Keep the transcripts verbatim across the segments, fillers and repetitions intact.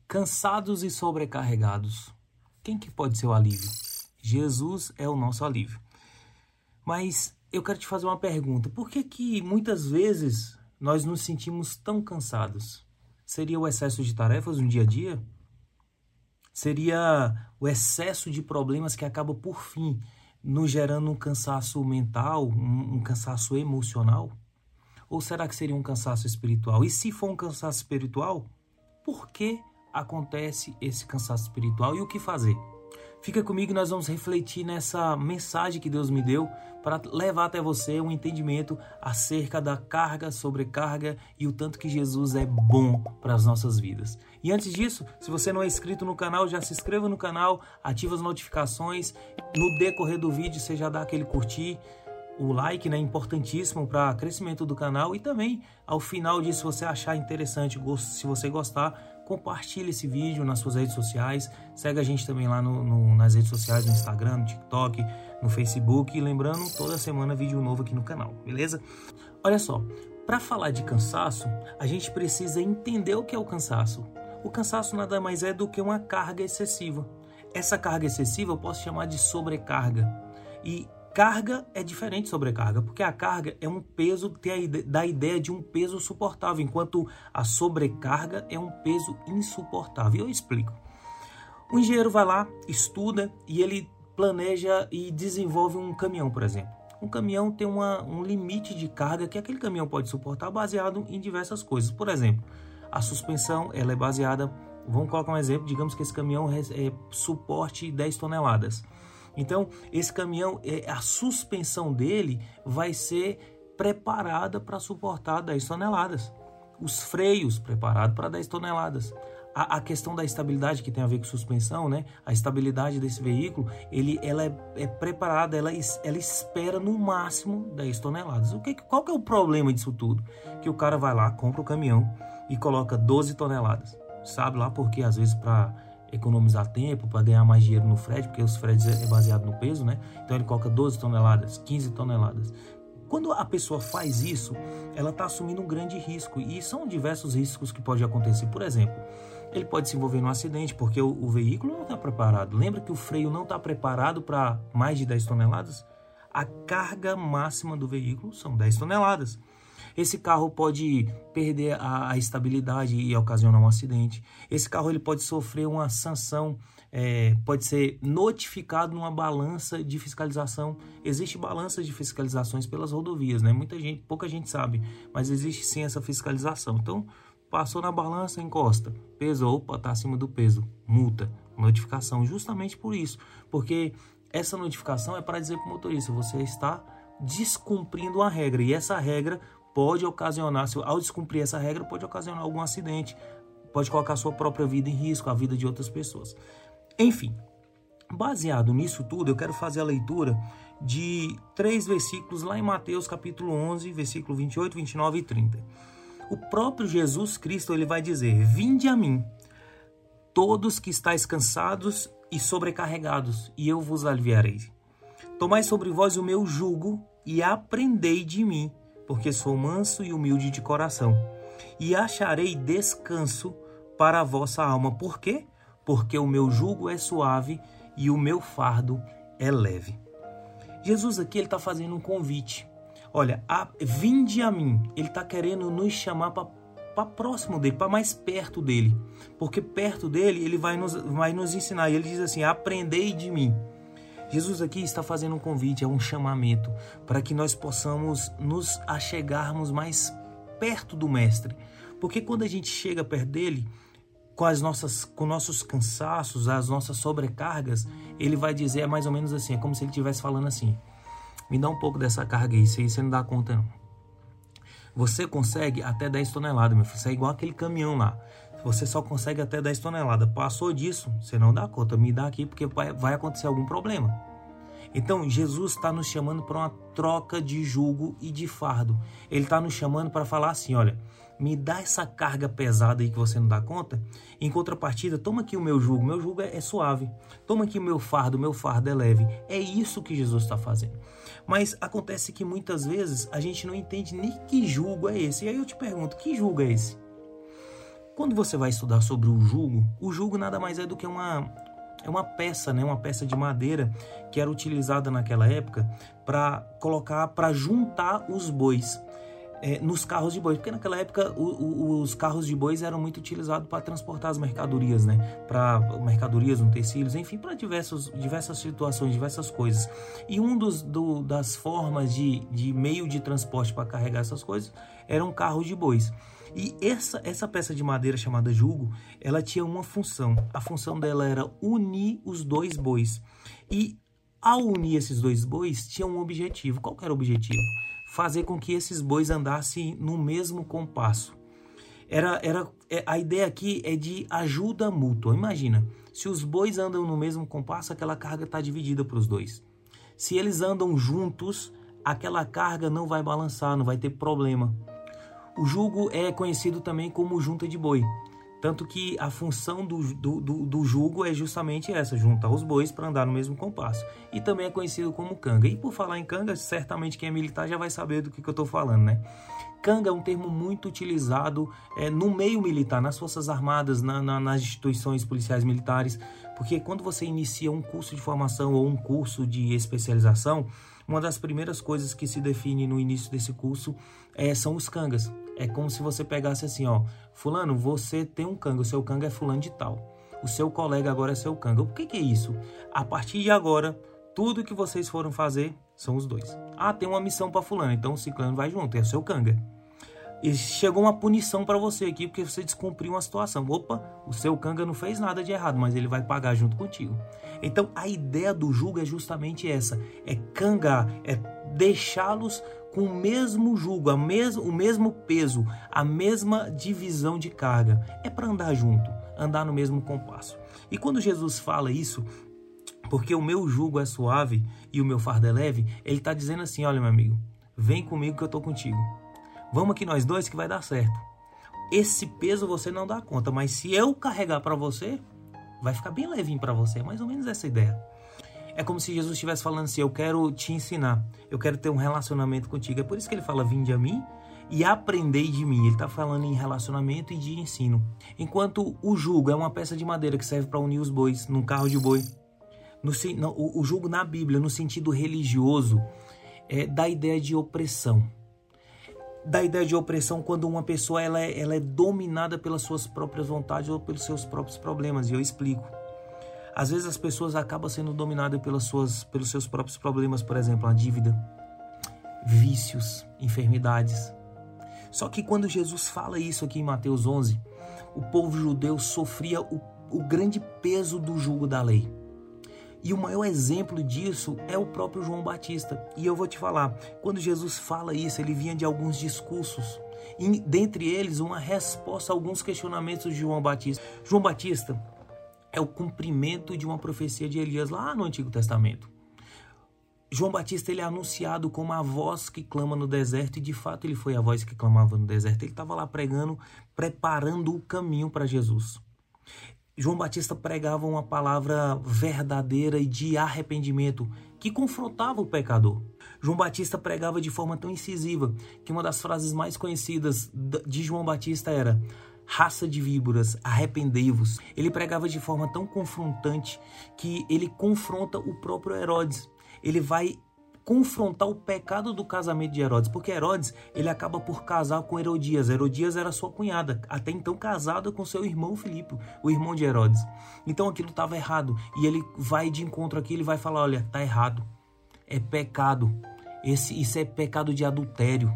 Cansados e sobrecarregados. Quem que pode ser o alívio? Jesus é o nosso alívio. Mas eu quero te fazer uma pergunta. Por que que muitas vezes nós nos sentimos tão cansados? Seria o excesso de tarefas no dia a dia? Seria o excesso de problemas que acaba, por fim, nos gerando um cansaço mental, um, um cansaço emocional? Ou será que seria um cansaço espiritual? E se for um cansaço espiritual, por que acontece esse cansaço espiritual e o que fazer? Fica comigo e nós vamos refletir nessa mensagem que Deus me deu para levar até você um entendimento acerca da carga, sobrecarga e o tanto que Jesus é bom para as nossas vidas. E antes disso, se você não é inscrito no canal, já se inscreva no canal, ativa as notificações. No decorrer do vídeo, você já dá aquele curtir. O like, né, importantíssimo para o crescimento do canal. E também, ao final disso, se você achar interessante, se você gostar, compartilhe esse vídeo nas suas redes sociais. Segue a gente também lá no, no, nas redes sociais, no Instagram, no TikTok, no Facebook. E lembrando, toda semana vídeo novo aqui no canal, beleza? Olha só, para falar de cansaço, a gente precisa entender o que é o cansaço. O cansaço nada mais é do que uma carga excessiva. Essa carga excessiva eu posso chamar de sobrecarga. E carga é diferente de sobrecarga, porque a carga é um peso, tem a ideia, dá a ideia de um peso suportável, enquanto a sobrecarga é um peso insuportável. Eu explico. O engenheiro vai lá, estuda e ele planeja e desenvolve um caminhão, por exemplo. Um caminhão tem uma, um limite de carga que aquele caminhão pode suportar baseado em diversas coisas. Por exemplo, a suspensão ela é baseada, vamos colocar um exemplo, digamos que esse caminhão é, é, suporte dez toneladas. Então, esse caminhão, a suspensão dele vai ser preparada para suportar dez toneladas. Os freios preparados para dez toneladas. A, a questão da estabilidade que tem a ver com suspensão, né? A estabilidade desse veículo, ele, ela é, é preparada, ela, ela espera no máximo dez toneladas. O que, qual que é o problema disso tudo? Que o cara vai lá, compra o caminhão e coloca doze toneladas. Sabe lá porque às vezes para economizar tempo, para ganhar mais dinheiro no frete, porque os fretes é baseado no peso, né? Então ele coloca doze toneladas, quinze toneladas. Quando a pessoa faz isso, ela está assumindo um grande risco, e são diversos riscos que podem acontecer. Por exemplo, ele pode se envolver num acidente, porque o, o veículo não está preparado. Lembra que o freio não está preparado para mais de dez toneladas? A carga máxima do veículo são dez toneladas. Esse carro pode perder a, a estabilidade e ocasionar um acidente. Esse carro ele pode sofrer uma sanção, é, pode ser notificado numa balança de fiscalização. Existe balanças de fiscalizações pelas rodovias, né? Muita gente, pouca gente sabe, mas existe sim essa fiscalização. Então, passou na balança, encosta, pesou, opa, está acima do peso, multa, notificação, justamente por isso. Porque essa notificação é para dizer para o motorista, você está descumprindo uma regra, e essa regra pode ocasionar, ao descumprir essa regra, pode ocasionar algum acidente, pode colocar a sua própria vida em risco, a vida de outras pessoas. Enfim, baseado nisso tudo, eu quero fazer a leitura de três versículos lá em Mateus capítulo onze, versículo vinte e oito, vinte e nove e trinta. O próprio Jesus Cristo ele vai dizer: vinde a mim, todos que estáis cansados e sobrecarregados, e eu vos aliviarei. Tomai sobre vós o meu jugo e aprendei de mim, porque sou manso e humilde de coração, e acharei descanso para a vossa alma. Por quê? Porque o meu jugo é suave e o meu fardo é leve. Jesus aqui ele está fazendo um convite. Olha, a, vinde a mim. Ele está querendo nos chamar para próximo dele, para mais perto dele. Porque perto dele ele vai nos, vai nos ensinar. E ele diz assim, aprendei de mim. Jesus aqui está fazendo um convite, é um chamamento para que nós possamos nos achegarmos mais perto do Mestre. Porque quando a gente chega perto dele, com as nossas, com nossos cansaços, as nossas sobrecargas, ele vai dizer, é mais ou menos assim, é como se ele estivesse falando assim, me dá um pouco dessa carga aí, você não dá conta não. Você consegue até dez toneladas, meu filho, você é igual aquele caminhão lá. Você só consegue até dez toneladas. Passou disso, você não dá conta. Me dá aqui porque vai, vai acontecer algum problema. Então, Jesus está nos chamando para uma troca de jugo e de fardo. Ele está nos chamando para falar assim, olha, me dá essa carga pesada aí que você não dá conta. Em contrapartida, toma aqui o meu jugo. Meu jugo é, é suave. Toma aqui o meu fardo. Meu fardo é leve. É isso que Jesus está fazendo. Mas acontece que muitas vezes a gente não entende nem que jugo é esse. E aí eu te pergunto, que jugo é esse? Quando você vai estudar sobre o jugo, o jugo nada mais é do que uma, é uma peça, né? Uma peça de madeira que era utilizada naquela época para colocar, para juntar os bois é, nos carros de bois, porque naquela época o, o, os carros de bois eram muito utilizados para transportar as mercadorias, né? Para mercadorias, utensílios, enfim, para diversas situações, diversas coisas. E um dos do, das formas de, de meio de transporte para carregar essas coisas era um carro de bois. E essa, essa peça de madeira chamada jugo, ela tinha uma função. A função dela era unir os dois bois. E ao unir esses dois bois, tinha um objetivo. Qual que era o objetivo? Fazer com que esses bois andassem no mesmo compasso. Era, era, a ideia aqui é de ajuda mútua. Imagina, se os bois andam no mesmo compasso, aquela carga está dividida para os dois. Se eles andam juntos, aquela carga não vai balançar, não vai ter problema. O jugo é conhecido também como junta de boi. Tanto que a função do, do, do, do jugo é justamente essa, juntar os bois para andar no mesmo compasso. E também é conhecido como canga. E por falar em canga, certamente quem é militar já vai saber do que, que eu estou falando, né? Canga é um termo muito utilizado é, no meio militar, nas Forças Armadas, na, na, nas instituições policiais militares, porque quando você inicia um curso de formação ou um curso de especialização, uma das primeiras coisas que se define no início desse curso é, são os cangas. É como se você pegasse assim, ó, fulano, você tem um canga, o seu canga é fulano de tal. O seu colega agora é seu canga. Por que que é isso? A partir de agora, tudo que vocês foram fazer são os dois. Ah, tem uma missão para fulano, então o ciclano vai junto, é o seu canga. E chegou uma punição para você aqui porque você descumpriu uma situação. Opa, o seu canga não fez nada de errado, mas ele vai pagar junto contigo. Então a ideia do jugo é justamente essa, é cangar, é deixá-los com o mesmo jugo, a mes o mesmo peso, a mesma divisão de carga. É para andar junto, andar no mesmo compasso. E quando Jesus fala isso, porque o meu jugo é suave e o meu fardo é leve, ele está dizendo assim, olha meu amigo, vem comigo que eu estou contigo. Vamos aqui nós dois que vai dar certo. Esse peso você não dá conta, mas se eu carregar para você, vai ficar bem levinho para você. É mais ou menos essa ideia. É como se Jesus estivesse falando assim, eu quero te ensinar, eu quero ter um relacionamento contigo. É por isso que ele fala, vinde a mim e aprendei de mim. Ele está falando em relacionamento e de ensino. Enquanto o jugo é uma peça de madeira que serve para unir os bois num carro de boi. No, no, o, o jugo na Bíblia, no sentido religioso, é da ideia de opressão. Da ideia de opressão quando uma pessoa ela é, ela é dominada pelas suas próprias vontades ou pelos seus próprios problemas. E eu explico. Às vezes as pessoas acabam sendo dominadas pelas suas, pelos seus próprios problemas, por exemplo, a dívida, vícios, enfermidades. Só que quando Jesus fala isso aqui em Mateus onze, o povo judeu sofria o, o grande peso do jugo da lei. E o maior exemplo disso é o próprio João Batista. E eu vou te falar, quando Jesus fala isso, ele vinha de alguns discursos. E dentre eles, uma resposta a alguns questionamentos de João Batista. João Batista é o cumprimento de uma profecia de Elias lá no Antigo Testamento. João Batista ele é anunciado como a voz que clama no deserto, e de fato ele foi a voz que clamava no deserto. Ele estava lá pregando, preparando o caminho para Jesus. João Batista pregava uma palavra verdadeira e de arrependimento que confrontava o pecador. João Batista pregava de forma tão incisiva que uma das frases mais conhecidas de João Batista era: raça de víboras, arrependei-vos. Ele pregava de forma tão confrontante que ele confronta o próprio Herodes. Ele vai confrontar o pecado do casamento de Herodes, porque Herodes ele acaba por casar com Herodias. Herodias era sua cunhada, até então casada com seu irmão Filipe, o irmão de Herodes. Então aquilo estava errado, e ele vai de encontro aqui, ele vai falar, olha, tá errado, é pecado, Esse, isso é pecado de adultério.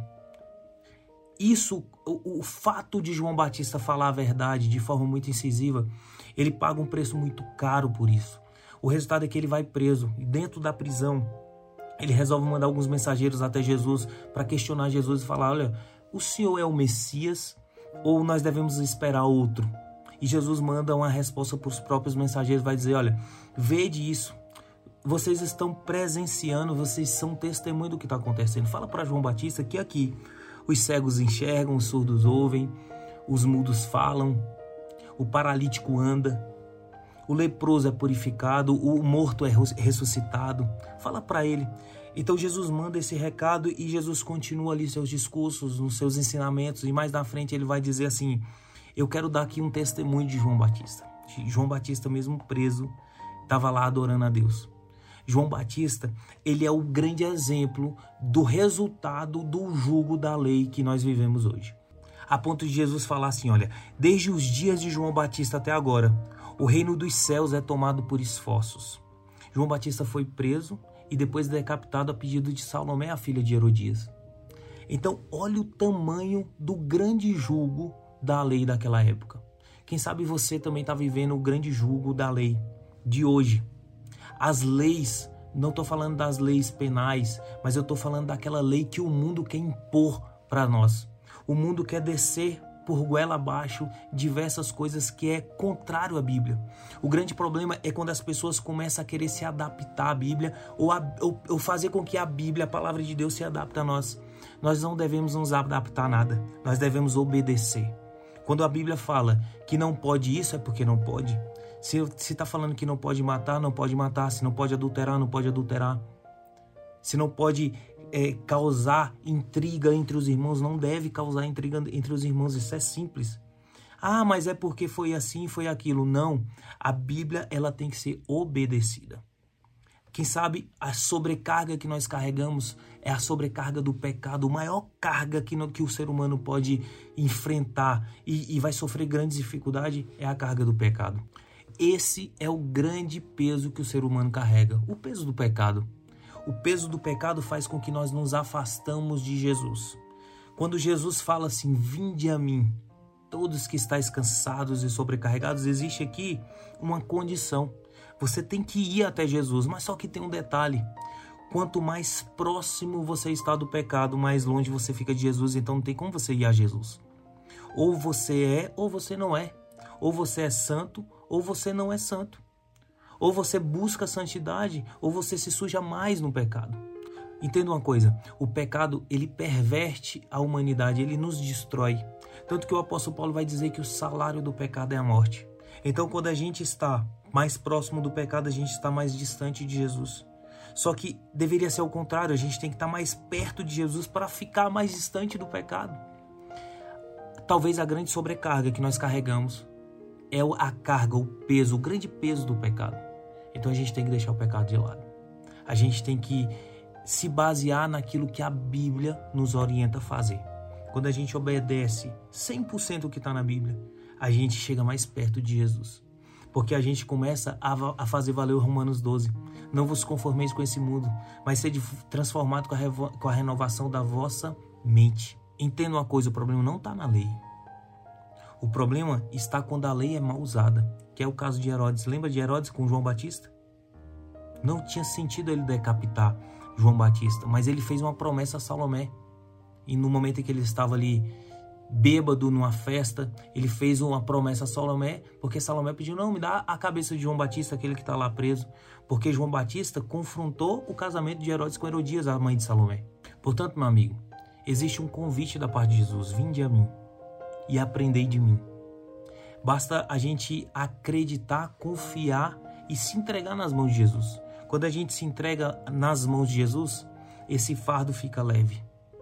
Isso, o, o fato de João Batista falar a verdade de forma muito incisiva, ele paga um preço muito caro por isso. O resultado é que ele vai preso, e dentro da prisão, ele resolve mandar alguns mensageiros até Jesus para questionar Jesus e falar, olha, o Senhor é o Messias ou nós devemos esperar outro? E Jesus manda uma resposta para os próprios mensageiros, vai dizer, olha, vede isso, vocês estão presenciando, vocês são testemunho do que está acontecendo. Fala para João Batista que aqui os cegos enxergam, os surdos ouvem, os mudos falam, o paralítico anda, o leproso é purificado, o morto é ressuscitado. Fala para ele. Então Jesus manda esse recado e Jesus continua ali seus discursos, nos seus ensinamentos, e mais na frente ele vai dizer assim, Eu quero dar aqui um testemunho de João Batista. João Batista, mesmo preso, estava lá adorando a Deus. João Batista, ele é o grande exemplo do resultado do jugo da lei que nós vivemos hoje. A ponto de Jesus falar assim, olha, desde os dias de João Batista até agora, o reino dos céus é tomado por esforços. João Batista foi preso e depois decapitado a pedido de Salomé, a filha de Herodias. Então, olha o tamanho do grande jugo da lei daquela época. Quem sabe você também está vivendo o grande jugo da lei de hoje. As leis, não estou falando das leis penais, mas eu estou falando daquela lei que o mundo quer impor para nós. O mundo quer descer por goela abaixo diversas coisas que é contrário à Bíblia. O grande problema é quando as pessoas começam a querer se adaptar à Bíblia ou, a, ou, ou fazer com que a Bíblia, a palavra de Deus, se adapte a nós. Nós não devemos nos adaptar a nada, nós devemos obedecer. Quando a Bíblia fala que não pode isso, é porque não pode. Se está falando que não pode matar, não pode matar. Se não pode adulterar, não pode adulterar. Se não pode é, causar intriga entre os irmãos, não deve causar intriga entre os irmãos. Isso é simples. Ah, mas é porque foi assim, foi aquilo. Não. A Bíblia, ela tem que ser obedecida. Quem sabe a sobrecarga que nós carregamos é a sobrecarga do pecado, a maior carga que, no, que o ser humano pode enfrentar e, e vai sofrer grandes dificuldades é a carga do pecado. Esse é o grande peso que o ser humano carrega, o peso do pecado. O peso do pecado faz com que nós nos afastamos de Jesus. Quando Jesus fala assim, vinde a mim, todos que estáis cansados e sobrecarregados, existe aqui uma condição. Você tem que ir até Jesus, mas só que tem um detalhe. Quanto mais próximo você está do pecado, mais longe você fica de Jesus, então não tem como você ir a Jesus. Ou você é, ou você não é. Ou você é santo, ou você não é santo. Ou você busca a santidade, ou você se suja mais no pecado. Entenda uma coisa, o pecado, ele perverte a humanidade, ele nos destrói. Tanto que o apóstolo Paulo vai dizer que o salário do pecado é a morte. Então, quando a gente está mais próximo do pecado, a gente está mais distante de Jesus. Só que deveria ser o contrário, a gente tem que estar mais perto de Jesus para ficar mais distante do pecado. Talvez a grande sobrecarga que nós carregamos é a carga, o peso, o grande peso do pecado. Então a gente tem que deixar o pecado de lado. A gente tem que se basear naquilo que a Bíblia nos orienta a fazer. Quando a gente obedece cem por cento o que está na Bíblia, a gente chega mais perto de Jesus. Porque a gente começa a, a fazer valer o Romanos doze. Não vos conformeis com esse mundo, mas sede transformado com a, revo, com a renovação da vossa mente. Entenda uma coisa, o problema não está na lei. O problema está quando a lei é mal usada, que é o caso de Herodes. Lembra de Herodes com João Batista? Não tinha sentido ele decapitar João Batista, mas ele fez uma promessa a Salomé. E no momento em que ele estava ali bêbado numa festa, ele fez uma promessa a Salomé, porque Salomé pediu, não, me dá a cabeça de João Batista, aquele que está lá preso, porque João Batista confrontou o casamento de Herodes com Herodias, a mãe de Salomé. Portanto, meu amigo, existe um convite da parte de Jesus, vinde a mim e aprendei de mim. Basta a gente acreditar, confiar e se entregar nas mãos de Jesus. Quando a gente se entrega nas mãos de Jesus, esse fardo fica leve.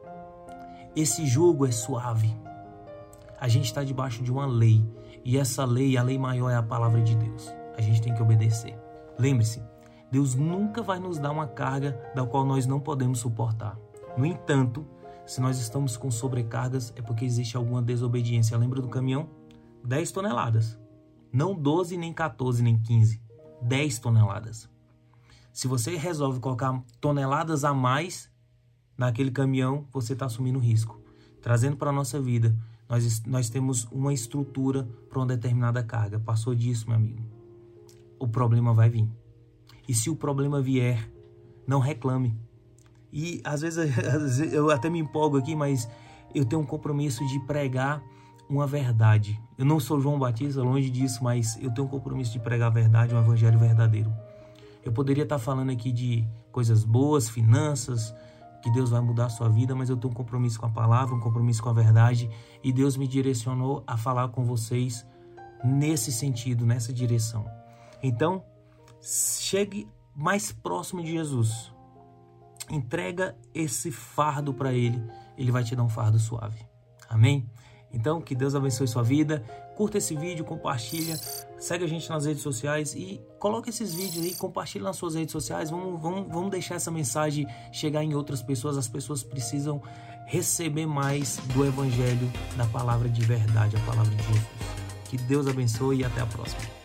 Esse jugo é suave. A gente está debaixo de uma lei. E essa lei, a lei maior é a palavra de Deus. A gente tem que obedecer. Lembre-se, Deus nunca vai nos dar uma carga da qual nós não podemos suportar. No entanto, se nós estamos com sobrecargas, é porque existe alguma desobediência. Lembra do caminhão? dez toneladas. Não doze, nem quatorze, nem quinze. dez toneladas. Se você resolve colocar toneladas a mais naquele caminhão, você está assumindo risco. Trazendo para a nossa vida, nós, nós temos uma estrutura para uma determinada carga. Passou disso, meu amigo. O problema vai vir. E se o problema vier, não reclame. E às vezes, às vezes eu até me empolgo aqui, mas eu tenho um compromisso de pregar uma verdade. Eu não sou João Batista, longe disso, mas eu tenho um compromisso de pregar a verdade, um evangelho verdadeiro. Eu poderia estar falando aqui de coisas boas, finanças, que Deus vai mudar a sua vida, mas eu tenho um compromisso com a palavra, um compromisso com a verdade, e Deus me direcionou a falar com vocês nesse sentido, nessa direção. Então, chegue mais próximo de Jesus. Entrega esse fardo para Ele, Ele vai te dar um fardo suave. Amém? Então, que Deus abençoe sua vida. Curta esse vídeo, compartilha, segue a gente nas redes sociais e coloca esses vídeos aí, compartilha nas suas redes sociais. Vamos, vamos, vamos deixar essa mensagem chegar em outras pessoas. As pessoas precisam receber mais do Evangelho, da palavra de verdade, a palavra de Jesus. Que Deus abençoe e até a próxima.